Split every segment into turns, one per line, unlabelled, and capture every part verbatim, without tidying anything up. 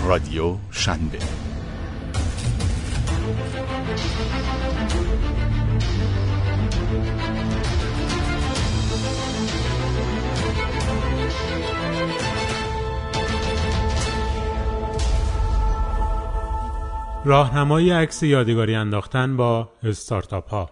رادیو شنبه.
راهنمای عکس یادگاری انداختن با استارتاپ ها.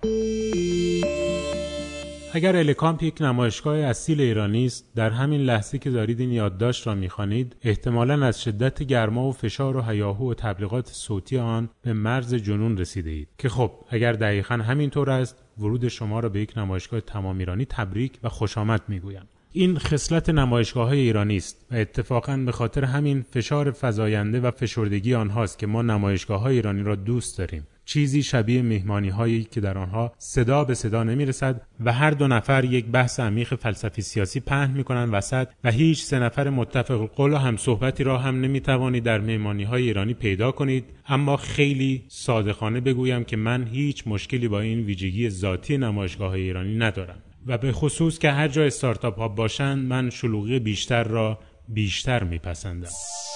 اگر الکامپ یک نمایشگاه اصیل ایرانی است، در همین لحظه که دارید این یادداشت را می‌خوانید، احتمالاً از شدت گرما و فشار و هیاهو و تبلیغات صوتی آن به مرز جنون رسیده اید. که خب اگر دقیقاً همینطور است، ورود شما را به یک نمایشگاه تمام ایرانی تبریک و خوش آمد می‌گویم. این خصلت نمایشگاه‌های ایرانی است و اتفاقاً به خاطر همین فشار فزاینده و فشردگی آنهاست که ما نمایشگاه‌های ایرانی را دوست داریم. چیزی شبیه مهمانی‌هایی که در آنها صدا به صدا نمی‌رسد و هر دو نفر یک بحث عمیق فلسفی سیاسی پهن می‌کنند وسط و هیچ سه نفر متفق القول و هم صحبتی را هم نمی‌توانید در مهمانی‌های ایرانی پیدا کنید. اما خیلی صادقانه بگویم که من هیچ مشکلی با این ویژگی ذاتی نمایشگاه‌های ایرانی ندارم و به خصوص که هر جا استارتاپ ها باشند من شلوغی بیشتر را بیشتر میپسندم.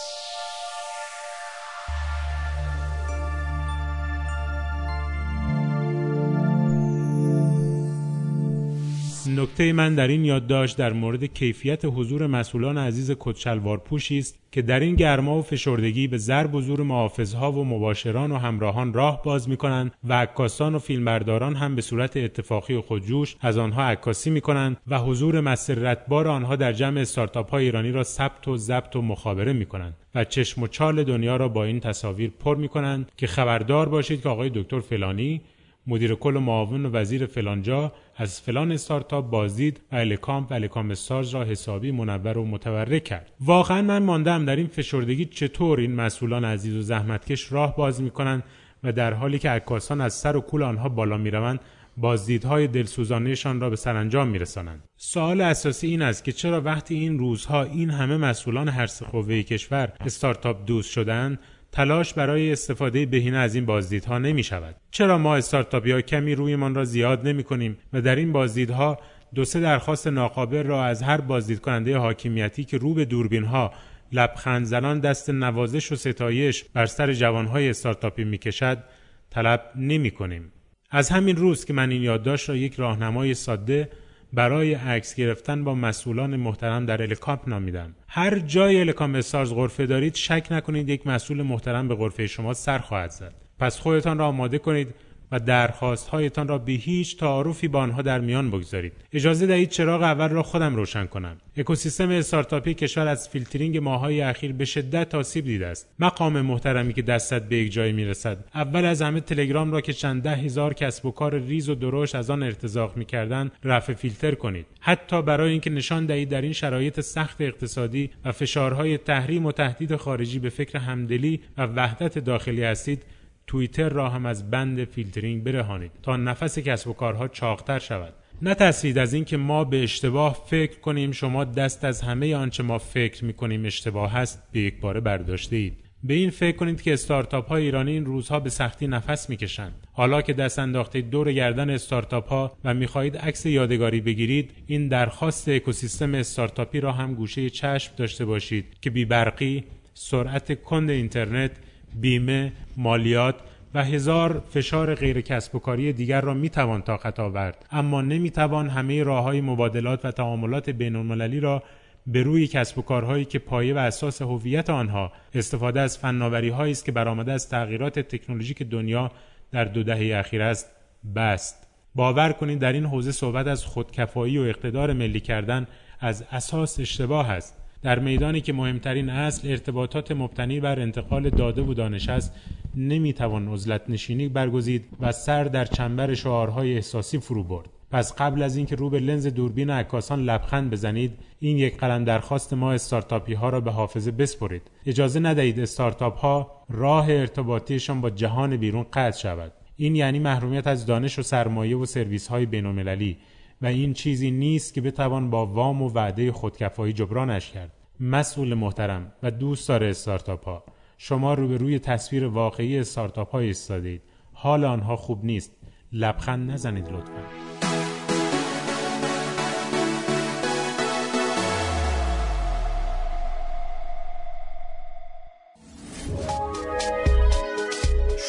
نکته من در این یادداشت در مورد کیفیت حضور مسئولان عزیز کتشلوار پوشی است که در این گرما و فشردگی به ضرب و زور محافظها و مباشران و همراهان راه باز می‌کنند و عکاسان و فیلمبرداران هم به صورت اتفاقی و خودجوش از آنها عکاسی می‌کنند و حضور مسرت‌بار آنها در جمع استارتاپ‌های ایرانی را ثبت و ضبط و مخابره می‌کنند و چشم و چال دنیا را با این تصاویر پر می‌کنند که خبردار باشید که آقای دکتر فلانی مدیر کل معاون و وزیر فلانجا از فلان استارتاپ بازدید و الکامپ و الکامپ استارز را حسابی منور و متورک کرد. واقعا من ماندم در این فشردگی چطور این مسئولان عزیز و زحمتکش راه باز می‌کنند و در حالی که عکاسان از سر و کول آنها بالا می‌روند بازدیدهای دلسوزانهشان را به سرانجام می‌رسانند. سوال اساسی این است که چرا وقتی این روزها این همه مسئولان هر سه قوه کشور استارتاپ دوست شدند، تلاش برای استفاده بهینه از این بازدیدها نمی شود؟ چرا ما استارتاپی‌ها کمی رویمان را زیاد نمی کنیم و در این بازدیدها دو سه درخواست ناقابل را از هر بازدید کننده حاکمیتی که رو به دوربین‌ها لبخند زنان دست نوازش و ستایش بر سر جوانهای استارتاپی می کشد طلب نمی کنیم؟ از همین روز که من این یادداشت را یک راهنمای ساده برای عکس گرفتن با مسئولان محترم در الکامپ نامیدم. هر جای الکامپ استارز غرفه دارید شک نکنید یک مسئول محترم به غرفه شما سر خواهد زد. پس خودتان را آماده کنید و درخواست‌هایتان را به هیچ تعارفی با آنها در میان بگذارید. اجازه دهید چراغ اول را خودم روشن کنم. اکوسیستم استارتاپی کشور از فیلترینگ ماه‌های اخیر به شدت آسیب دیده است. مقام محترمی که دستت به یک جای میرسد، اول از همه تلگرام را که چند ده هزار کسب و کار ریز و درشت از آن ارتزاق می‌کردند، رفع فیلتر کنید. حتی برای اینکه نشان دهید در این شرایط سخت اقتصادی و فشارهای تحریم و تهدید خارجی به فکر همدلی و وحدت داخلی هستید، توییتر را هم از بند فیلترینگ برهانید تا نفس کسب و کارها چاق‌تر شود. نترسید از این که ما به اشتباه فکر کنیم شما دست از همه آنچه ما فکر می‌کنیم اشتباه است به یک باره برداشته اید. به این فکر کنید که استارتاپ‌های ایرانی این روزها به سختی نفس می‌کشند. حالا که دست انداختید دور گردن استارتاپ‌ها و می‌خواهید عکس یادگاری بگیرید، این درخواست اکوسیستم استارتاپی را هم گوشه چشم داشته باشید که بی‌برقی، سرعت کند اینترنت، بیمه، مالیات و هزار فشار غیر کسب و کاری دیگر را میتوان طاقت آورد، اما نمیتوان همه راه‌های مبادلات و تعاملات بین‌المللی را به روی کسب و کارهایی که پایه و اساس هویت آنها استفاده از فناوری‌هایی است که برآمده از تغییرات تکنولوژیک دنیا در دو دهه اخیر است بست. باور کنید در این حوزه صحبت از خودکفایی و اقتدار ملی کردن از اساس اشتباه است. در میدانی که مهمترین اصل ارتباطات مبتنی بر انتقال داده و دانش است، نمیتوان عزلت نشینی برگزید و سر در چنبر شعارهای احساسی فرو برد. پس قبل از اینکه رو به لنز دوربین عکاسان لبخند بزنید، این یک قلم درخواست ما استارتاپی ها را به حافظه بسپرید. اجازه ندهید استارتاپ ها راه ارتباطیشان با جهان بیرون قطع شود. این یعنی محرومیت از دانش و سرمایه و سرویس های بین‌المللی و این چیزی نیست که بتوان با وام و وعده خودکفایی جبرانش کرد. مسئول محترم و دوستدار استارتاپ ها، شما رو به روی تصویر واقعی استارتاپ ها ایستادید. حال آنها خوب نیست. لبخند نزنید لطفاً.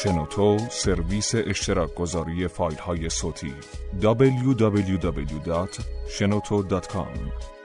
شنوتو سرویس اشتراک گذاری فایل های صوتی دبلیو دبلیو دبلیو دات شنوتو دات کام